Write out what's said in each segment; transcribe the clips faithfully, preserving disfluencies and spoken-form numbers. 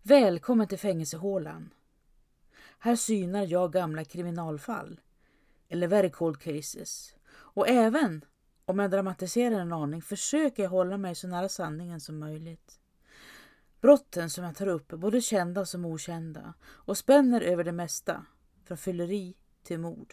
Välkommen till fängelsehålan. Här synar jag gamla kriminalfall, eller very cold cases. Och även om jag dramatiserar en aning försöker jag hålla mig så nära sanningen som möjligt. Brotten som jag tar upp är både kända som okända och spänner över det mesta, från fylleri till mord.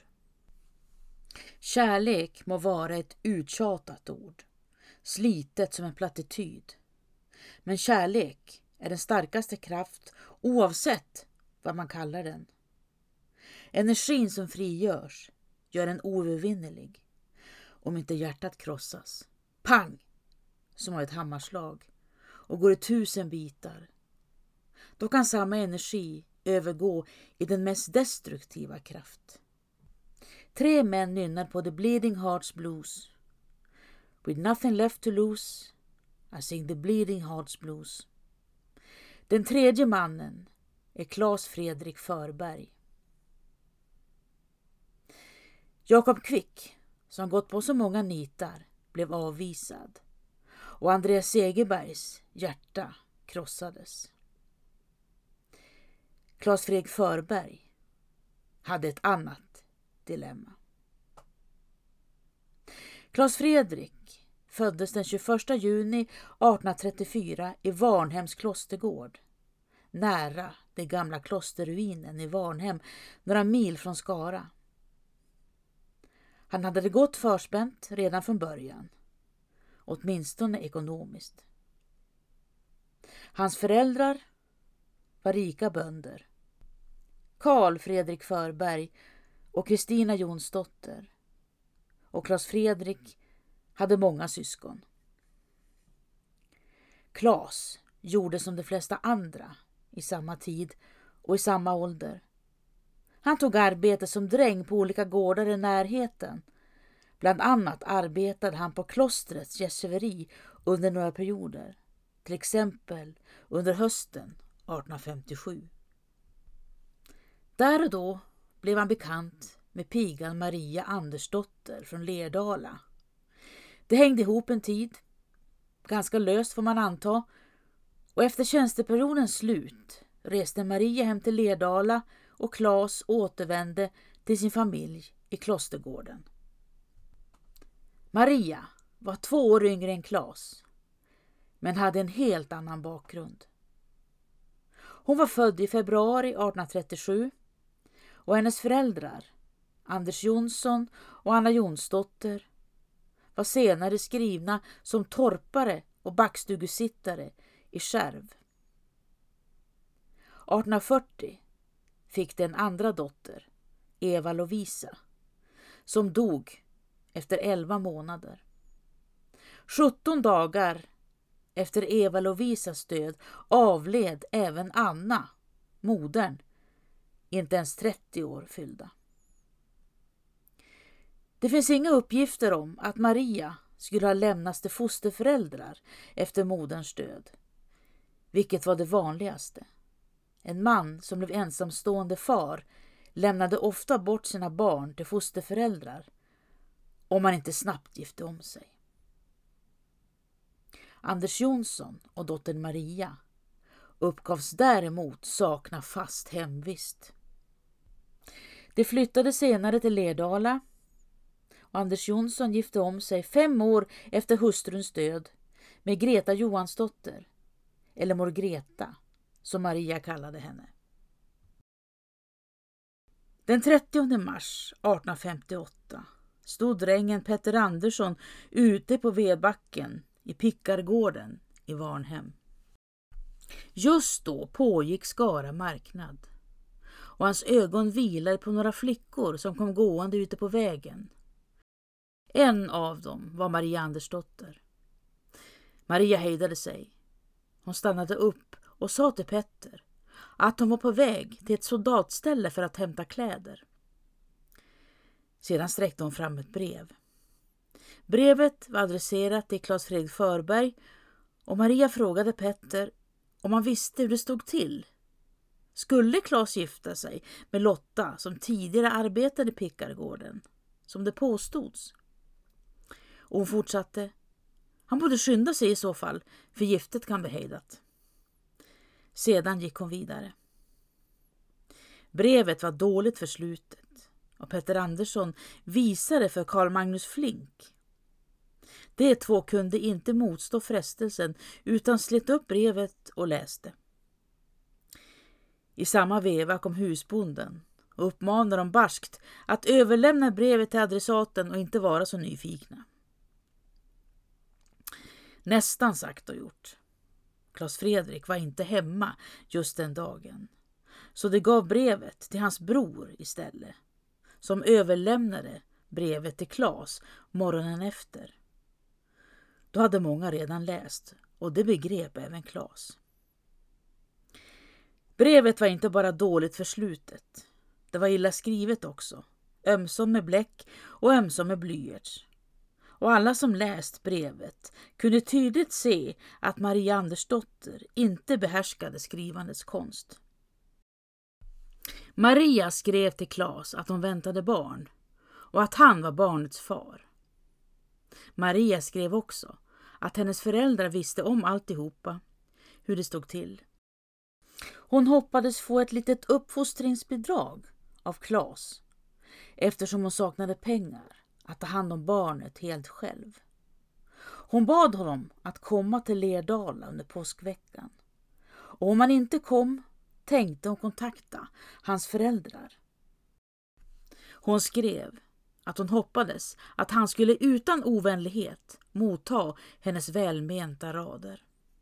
Kärlek må vara ett uttjatat ord, slitet som en plattityd. Men kärlek är den starkaste kraft oavsett vad man kallar den. Energin som frigörs gör den oövervinnerlig. Om inte hjärtat krossas, pang, som har ett hammarslag, och går i tusen bitar. Då kan samma energi övergå i den mest destruktiva kraft. Tre män nynnar på The Bleeding Hearts Blues. With nothing left to lose, I sing The Bleeding Hearts Blues. Den tredje mannen är Claes Fredrik Förberg. Jakob Quick, som gått på så många nitar, blev avvisad. Och Andreas Segerbergs hjärta krossades. Claes Fredrik Förberg hade ett annat dilemma. Claes Fredrik föddes den tjugoförsta juni artonhundratrettiofyra i Varnhems klostergård, nära den gamla klosterruinen i Varnhem, några mil från Skara. Han hade det gott förspänt redan från början, åtminstone ekonomiskt. Hans föräldrar var rika bönder, Carl Fredrik Förberg och Kristina Jonsdotter, och Claes Fredrik hade många syskon. Claes gjorde som de flesta andra i samma tid och i samma ålder. Han tog arbete som dräng på olika gårdar i närheten. Bland annat arbetade han på klostrets gästgiveri under några perioder, till exempel under hösten artonhundrafemtiosju. Där och då blev han bekant med pigan Maria Andersdotter från Lerdala. Det hängde ihop en tid, ganska löst får man anta, och efter tjänsteperiodens slut reste Maria hem till Lerdala och Claes återvände till sin familj i klostergården. Maria var två år yngre än Claes, men hade en helt annan bakgrund. Hon var född i februari artonhundratrettiosju och hennes föräldrar, Anders Jonsson och Anna Jonsdotter, var senare skrivna som torpare och backstugusittare i Skärv. artonhundrafyrtio fick den andra dotter, Eva Lovisa, som dog efter elva månader. sjutton dagar efter Eva Lovisas död avled även Anna, modern, inte ens trettio år fyllda. Det finns inga uppgifter om att Maria skulle ha lämnats till fosterföräldrar efter moderns död, vilket var det vanligaste. En man som blev ensamstående far lämnade ofta bort sina barn till fosterföräldrar om man inte snabbt gifte om sig. Anders Jonsson och dottern Maria uppgavs däremot sakna fast hemvist. De flyttade senare till Lerdala och Anders Jonsson gifte om sig fem år efter hustruns död med Greta Johansdotter, eller mor Greta som Maria kallade henne. Den trettionde mars artonhundrafemtioåtta stod drängen Petter Andersson ute på vedbacken i Pickargården i Varnhem. Just då pågick Skara marknad och hans ögon vilade på några flickor som kom gående ute på vägen. En av dem var Maria Andersdotter. Maria hejdade sig. Hon stannade upp och sa till Petter att hon var på väg till ett soldatställe för att hämta kläder. Sedan sträckte hon fram ett brev. Brevet var adresserat till Claes Fredrik Förberg och Maria frågade Petter om han visste hur det stod till. Skulle Claes gifta sig med Lotta som tidigare arbetade i Pickargården, som det påstods? Och hon fortsatte: han borde skynda sig i så fall, för giftet kan bli hejdat. Sedan gick hon vidare. Brevet var dåligt förslutet och Petter Andersson visade för Carl Magnus Flink. De två kunde inte motstå frestelsen utan slet upp brevet och läste. I samma veva kom husbonden och uppmanade dem barskt att överlämna brevet till adressaten och inte vara så nyfikna. Nästan sagt och gjort. Claes Fredrik var inte hemma just den dagen, så det gav brevet till hans bror istället, som överlämnade brevet till Claes morgonen efter. Då hade många redan läst och det begrep även Claes. Brevet var inte bara dåligt förslutet. Det var illa skrivet också, ömsom med bläck och ömsom med blyerts. Och alla som läst brevet kunde tydligt se att Maria Andersdotter inte behärskade skrivandets konst. Maria skrev till Claes att hon väntade barn och att han var barnets far. Maria skrev också att hennes föräldrar visste om alltihopa, hur det stod till. Hon hoppades få ett litet uppfostringsbidrag av Claes eftersom hon saknade pengar att ta hand om barnet helt själv. Hon bad honom att komma till Lerdala under påskveckan. Och om han inte kom tänkte hon kontakta hans föräldrar. Hon skrev att hon hoppades att han skulle utan ovänlighet motta hennes välmenta rader.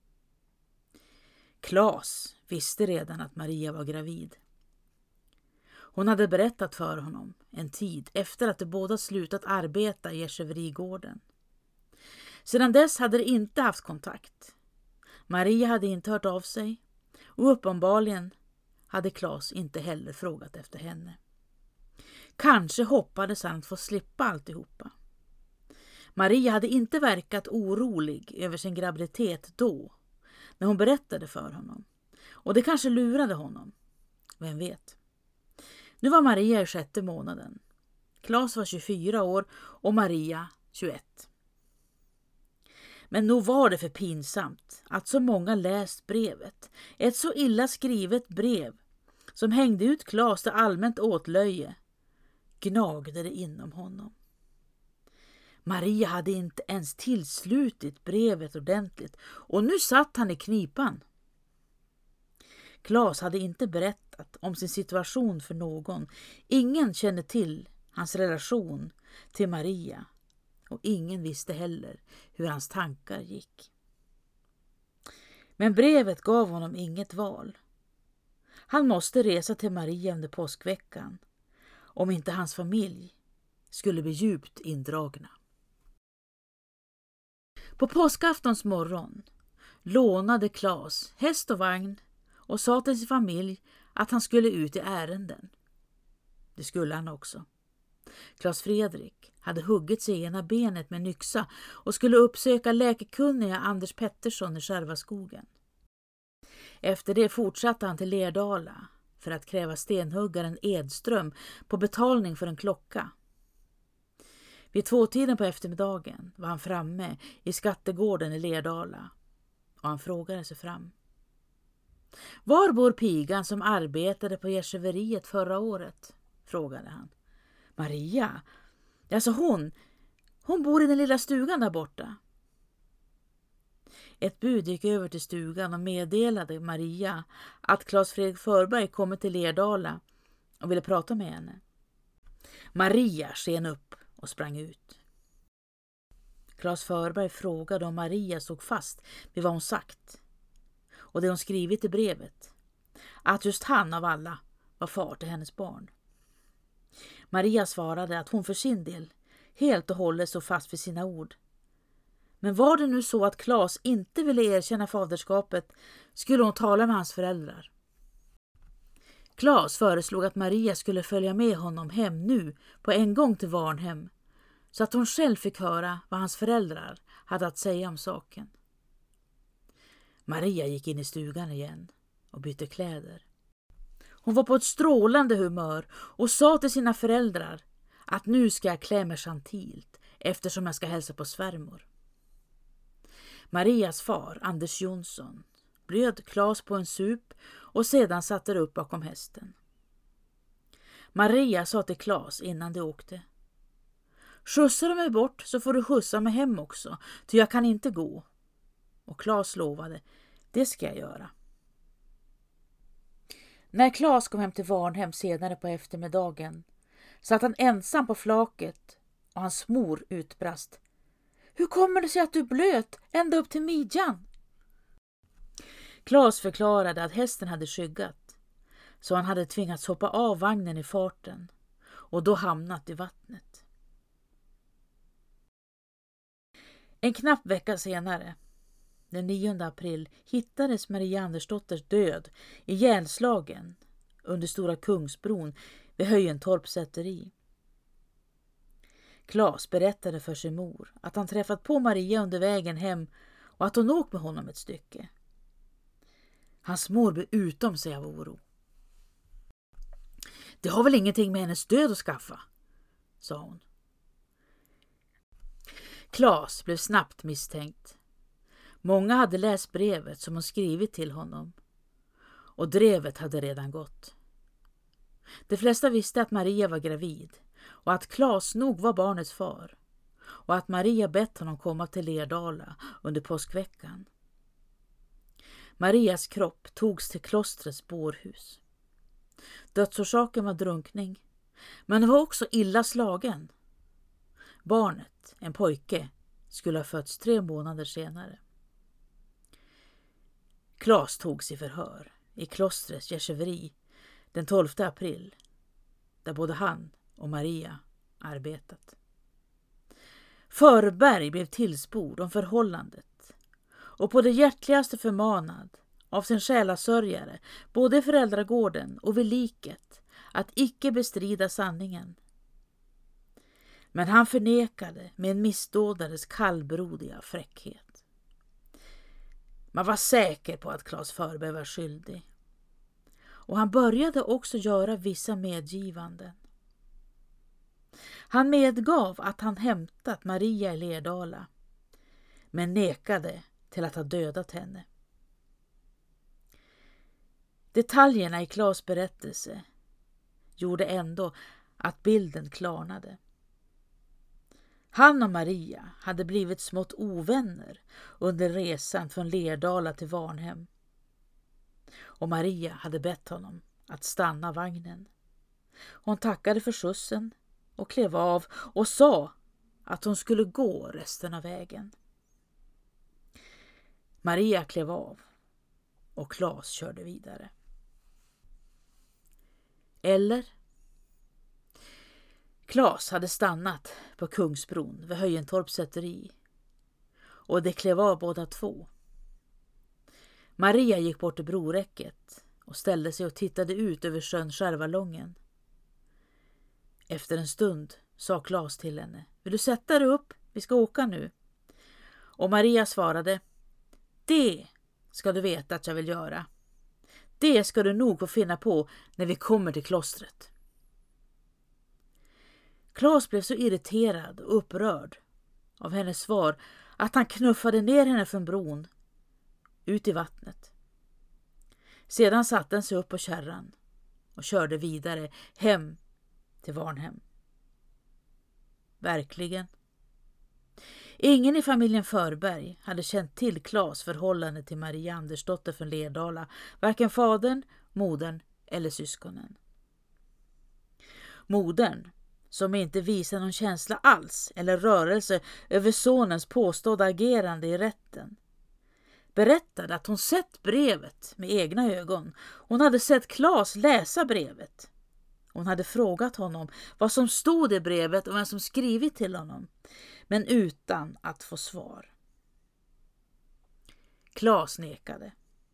Claes visste redan att Maria var gravid. Hon hade berättat för honom en tid efter att de båda slutat arbeta i Erseverigården. Sedan dess hade de inte haft kontakt. Maria hade inte hört av sig och uppenbarligen hade Claes inte heller frågat efter henne. Kanske hoppades han att få slippa alltihopa. Maria hade inte verkat orolig över sin graviditet då, när hon berättade för honom. Och det kanske lurade honom. Vem vet? Nu var Maria i sjätte månaden. Claes var tjugofyra år och Maria tjugoett. Men nog var det för pinsamt att så många läst brevet. Ett så illa skrivet brev som hängde ut Claes till allmänt åtlöje gnagde det inom honom. Maria hade inte ens tillslutit brevet ordentligt och nu satt han i knipan. Claes hade inte berättat om sin situation för någon. Ingen kände till hans relation till Maria och ingen visste heller hur hans tankar gick. Men brevet gav honom inget val. Han måste resa till Maria under påskveckan om inte hans familj skulle bli djupt indragna. På påskaftons morgon lånade Claes häst och vagn och sa till sin familj att han skulle ut i ärenden. Det skulle han också. Claes Fredrik hade huggit sig ena benet med en yxa och skulle uppsöka läkekunniga Anders Pettersson i Skärvaskogen. Efter det fortsatte han till Lerdala för att kräva stenhuggaren Edström på betalning för en klocka. Vid tvåtiden på eftermiddagen var han framme i skattegården i Lerdala och han frågade sig fram. Var bor pigan som arbetade på gärseveriet förra året? Frågade han. Maria? Alltså hon, hon bor i den lilla stugan där borta. Ett bud gick över till stugan och meddelade Maria att Claes Fredrik Förberg kommit till Lerdala och ville prata med henne. Maria sken upp och sprang ut. Claes Förberg frågade om Maria såg fast vid vad hon sagt och det hon skrivit i brevet, att just han av alla var far till hennes barn. Maria svarade att hon för sin del helt och hållet så fast vid sina ord. Men var det nu så att Claes inte ville erkänna faderskapet skulle hon tala med hans föräldrar. Claes föreslog att Maria skulle följa med honom hem nu på en gång till Varnhem så att hon själv fick höra vad hans föräldrar hade att säga om saken. Maria gick in i stugan igen och bytte kläder. Hon var på ett strålande humör och sa till sina föräldrar att nu ska jag klä mig gentilt eftersom jag ska hälsa på svärmor. Marias far, Anders Jonsson, bjöd Klas på en sup och sedan satte upp bakom hästen. Maria sa till Klas innan de åkte: "Skjutsar du mig bort så får du skjutsa mig hem också, ty jag kan inte gå." Och Klas lovade: "Det ska jag göra." När Klas kom hem till Varnhem senare på eftermiddagen satt han ensam på flaket och hans mor utbrast: "Hur kommer det sig att du blöt ända upp till midjan?" Klas förklarade att hästen hade skyggat, så han hade tvingats hoppa av vagnen i farten och då hamnat i vattnet. En knapp vecka senare, den nionde april, hittades Maria Andersdotters död ihjälslagen under Stora Kungsbron vid Höjentorps säteri. Klas berättade för sin mor att han träffat på Maria under vägen hem och att hon åkt med honom ett stycke. Hans mor blev utom sig av oro. "Det har väl ingenting med hennes död att skaffa", sa hon. Klas blev snabbt misstänkt. Många hade läst brevet som hon skrivit till honom, och drevet hade redan gått. De flesta visste att Maria var gravid och att Klas nog var barnets far och att Maria bett honom komma till Lerdala under påskveckan. Marias kropp togs till klostrets bårhus. Dödsorsaken var drunkning, men det var också illa slagen. Barnet, en pojke, skulle ha fötts tre månader senare. Klas togs i förhör i klostrets gärseveri den tolfte april, där både han och Maria arbetat. Förberg blev tillspord om förhållandet och på det hjärtligaste förmanad av sin själasörjare både i föräldragården och vid liket att icke bestrida sanningen. Men han förnekade med en missdådares kallblodiga fräckhet. Man var säker på att Klas Förberg var skyldig. Och han började också göra vissa medgivanden. Han medgav att han hämtat Maria i Lerdala, men nekade till att ha dödat henne. Detaljerna i Klas berättelse gjorde ändå att bilden klarnade. Han och Maria hade blivit smått ovänner under resan från Lerdala till Varnhem. Och Maria hade bett honom att stanna vagnen. Hon tackade för skjutsen och klev av och sa att hon skulle gå resten av vägen. Maria klev av och Klas körde vidare. Eller? Klas hade stannat på Kungsbron vid Höjentorps säteri och det klev av båda två. Maria gick bort till broräcket och ställde sig och tittade ut över sjön Skärvalången. Efter en stund sa Klas till henne: "Vill du sätta dig upp? Vi ska åka nu." Och Maria svarade: "Det ska du veta att jag vill göra. Det ska du nog få finna på när vi kommer till klostret." Klas blev så irriterad och upprörd av hennes svar att han knuffade ner henne från bron ut i vattnet. Sedan satte han sig upp på kärran och körde vidare hem till Varnhem. Verkligen. Ingen i familjen Förberg hade känt till Klas förhållande till Maria Andersdotter från Lerdala, varken fadern, modern eller syskonen. Modern, som inte visade någon känsla alls eller rörelse över sonens påstådda agerande i rätten, berättade att hon sett brevet med egna ögon. Hon hade sett Klas läsa brevet. Hon hade frågat honom vad som stod i brevet och vem som skrivit till honom, men utan att få svar. Klas nekade.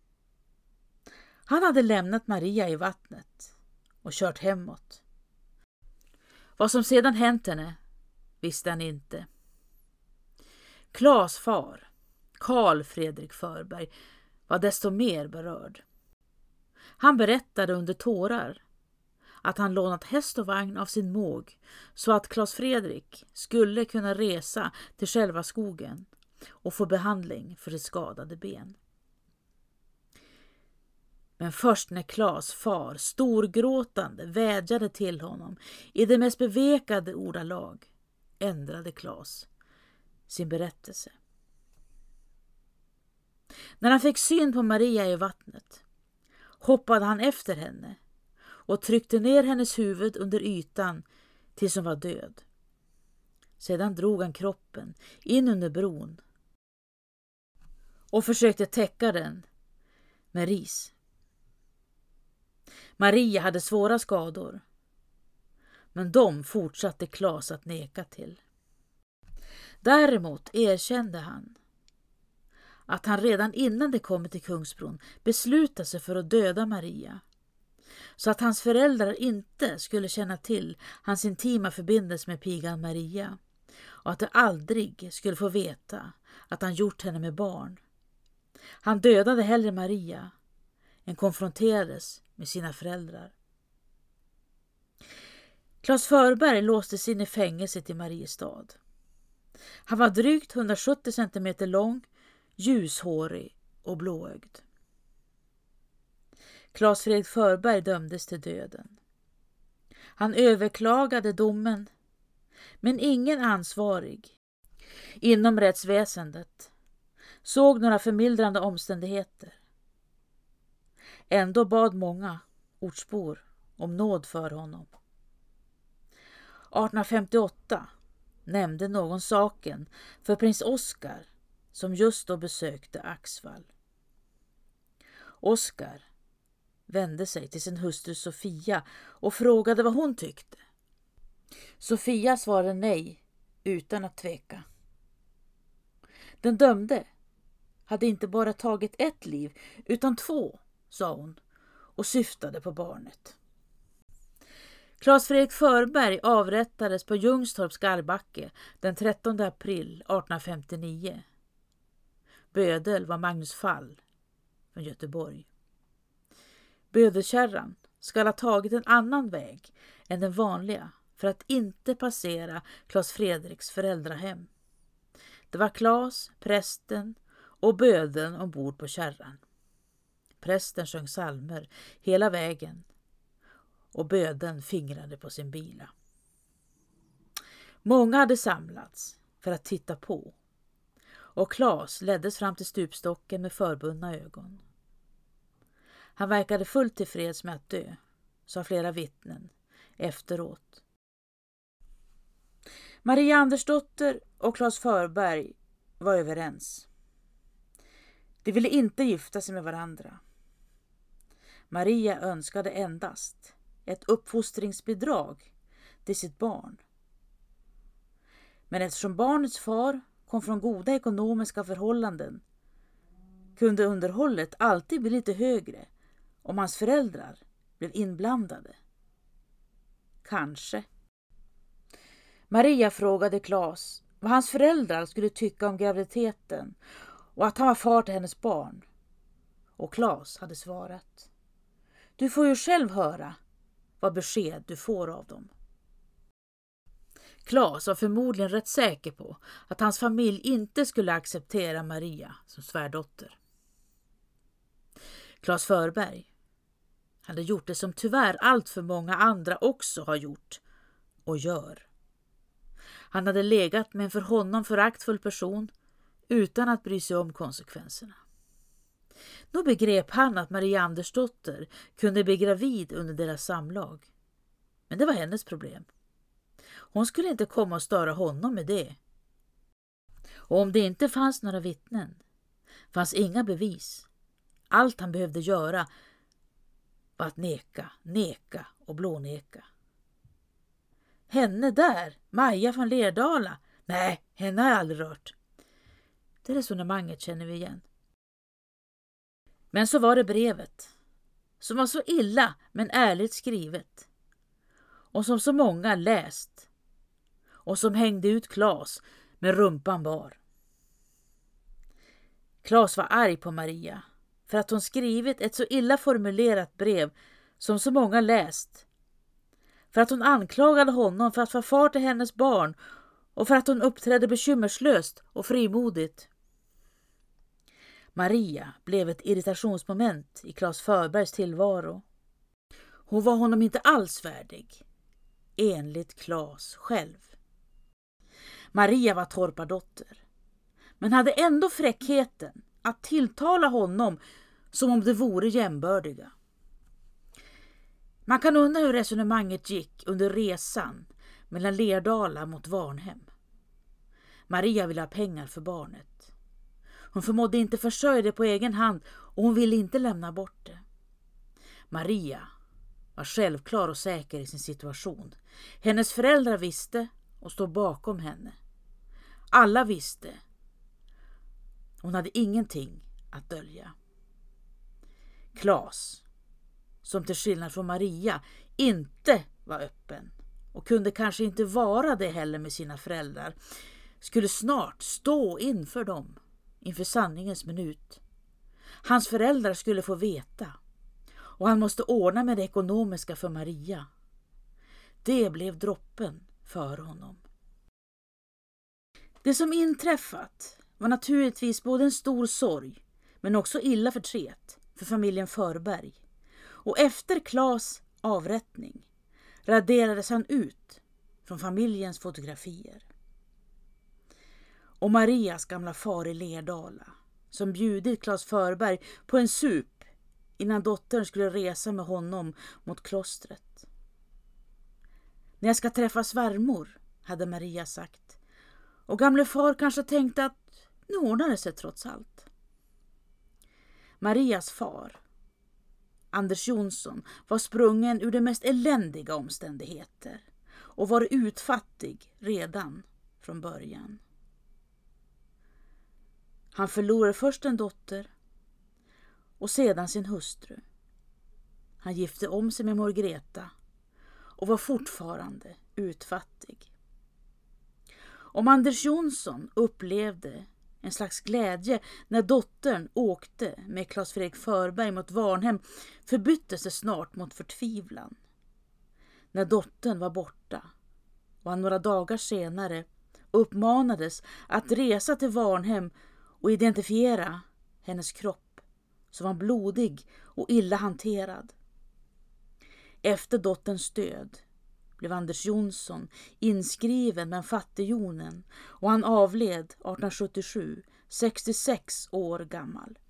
Han hade lämnat Maria i vattnet och kört hemåt. Vad som sedan hänt henne visste han inte. Klas far, Karl Fredrik Förberg, var desto mer berörd. Han berättade under tårar att han lånat häst och vagn av sin måg så att Klas Fredrik skulle kunna resa till själva skogen och få behandling för sitt skadade ben. Men först när Klas far storgråtande vädjade till honom i det mest bevekade ordalag ändrade Klas sin berättelse. När han fick syn på Maria i vattnet hoppade han efter henne och tryckte ner hennes huvud under ytan tills hon var död. Sedan drog han kroppen in under bron och försökte täcka den med ris. Maria hade svåra skador, men de fortsatte Klas att neka till. Däremot erkände han att han redan innan det kom till Kungsbron beslutade sig för att döda Maria, så att hans föräldrar inte skulle känna till hans intima förbindelse med pigan Maria och att de aldrig skulle få veta att han gjort henne med barn. Han dödade hellre Maria än konfronterades med sina föräldrar. Klas Förberg låstes in i fängelset i Mariestad. Han var drygt hundrasjuttio centimeter lång, ljushårig och blåögd. Klas Fredrik Förberg dömdes till döden. Han överklagade domen, men ingen ansvarig inom rättsväsendet såg några förmildrande omständigheter. Ändå bad många ortsbor om nåd för honom. arton femtioåtta nämnde någon saken för prins Oskar som just då besökte Axvall. Oskar vände sig till sin hustru Sofia och frågade vad hon tyckte. Sofia svarade nej utan att tveka. Den dömde hade inte bara tagit ett liv utan två, sa hon och syftade på barnet. Klas Fredrik Förberg avrättades på Ljungstorps Gallbacke den trettonde april arton femtionio. Bödel var Magnus Fall från Göteborg. Bödelkärran ska ha tagit en annan väg än den vanliga för att inte passera Klas Fredriks föräldrahem. Det var Klas, prästen och bödeln ombord på kärran. Prästen sjöng psalmer hela vägen och bödeln fingrade på sin bila. Många hade samlats för att titta på och Klas leddes fram till stupstocken med förbundna ögon. Han verkade fullt tillfreds med att dö, sa flera vittnen efteråt. Maria Andersdotter och Klas Förberg var överens. De ville inte gifta sig med varandra. Maria önskade endast ett uppfostringsbidrag till sitt barn. Men eftersom barnets far kom från goda ekonomiska förhållanden kunde underhållet alltid bli lite högre om hans föräldrar blev inblandade. Kanske. Maria frågade Klas vad hans föräldrar skulle tycka om graviditeten och att han var far till hennes barn. Och Klas hade svarat: du får ju själv höra vad besked du får av dem. Klas var förmodligen rätt säker på att hans familj inte skulle acceptera Maria som svärdotter. Klas Förberg hade gjort det som tyvärr allt för många andra också har gjort och gör. Han hade legat med en för honom föraktfull person utan att bry sig om konsekvenserna. Då begrep han att Maria Andersdotter kunde bli gravid under deras samlag. Men det var hennes problem. Hon skulle inte komma och störa honom med det. Och om det inte fanns några vittnen, fanns inga bevis. Allt han behövde göra var att neka, neka och blåneka. Henne där, Maja från Lerdala. Nej, henne har jag aldrig rört. Det resonemanget känner vi igen. Men så var det brevet, som var så illa men ärligt skrivet. Och som så många läst. Och som hängde ut Klas med rumpan bar. Klas var arg på Maria för att hon skrivit ett så illa formulerat brev som så många läst. För att hon anklagade honom för att vara far till hennes barn och för att hon uppträdde bekymmerslöst och frimodigt. Maria blev ett irritationsmoment i Claes Förbergs tillvaro. Hon var honom inte alls värdig, enligt Claes själv. Maria var torpardotter, men hade ändå fräckheten att tilltala honom som om det vore jämbördiga. Man kan undra hur resonemanget gick under resan mellan Lerdala mot Varnhem. Maria ville ha pengar för barnet. Hon förmådde inte försörja det på egen hand och hon ville inte lämna bort det. Maria var självklar och säker i sin situation. Hennes föräldrar visste och stod bakom henne. Alla visste. Hon hade ingenting att dölja. Claes, som till skillnad från Maria inte var öppen och kunde kanske inte vara det heller med sina föräldrar, skulle snart stå inför dem, inför sanningens minut. Hans föräldrar skulle få veta och han måste ordna med det ekonomiska för Maria. Det blev droppen för honom. Det som inträffat var naturligtvis både en stor sorg men också illa förtret för familjen Förberg. Och efter Claes avrättning raderades han ut från familjens fotografier. Och Marias gamla far i Lerdala, som bjudit Claes Förberg på en sup innan dottern skulle resa med honom mot klostret. När jag ska träffa svärmor, hade Maria sagt. Och gamle far kanske tänkte att nu ordnar det sig trots allt. Marias far, Anders Jonsson, var sprungen ur de mest eländiga omständigheter och var utfattig redan från början. Han förlorade först en dotter och sedan sin hustru. Han gifte om sig med Margareta och var fortfarande utfattig. Om Anders Jonsson upplevde en slags glädje när dottern åkte med Claes Fredrik Förberg mot Varnhem, förbyttes det snart mot förtvivlan. När dottern var borta och han några dagar senare uppmanades att resa till Varnhem och identifiera hennes kropp, som var blodig och illa hanterad. Efter dotterns död blev Anders Jonsson inskriven med fattigjonen och han avled arton sjuttiosju, sextiosex år gammal.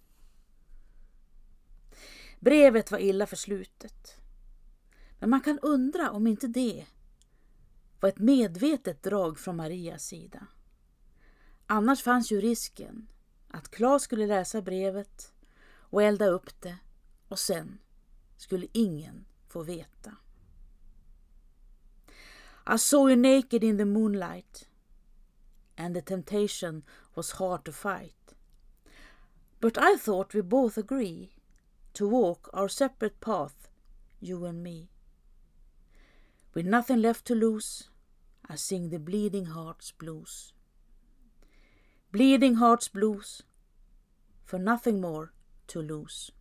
Brevet var illa förslutet, men man kan undra om inte det var ett medvetet drag från Marias sida. Annars fanns ju risken att Claes skulle läsa brevet och elda upp det och sen skulle ingen få veta. I saw you naked in the moonlight and the temptation was hard to fight. But I thought we both agree to walk our separate path, you and me. With nothing left to lose, I sing the bleeding hearts blues. Bleeding hearts blues, for nothing more to lose.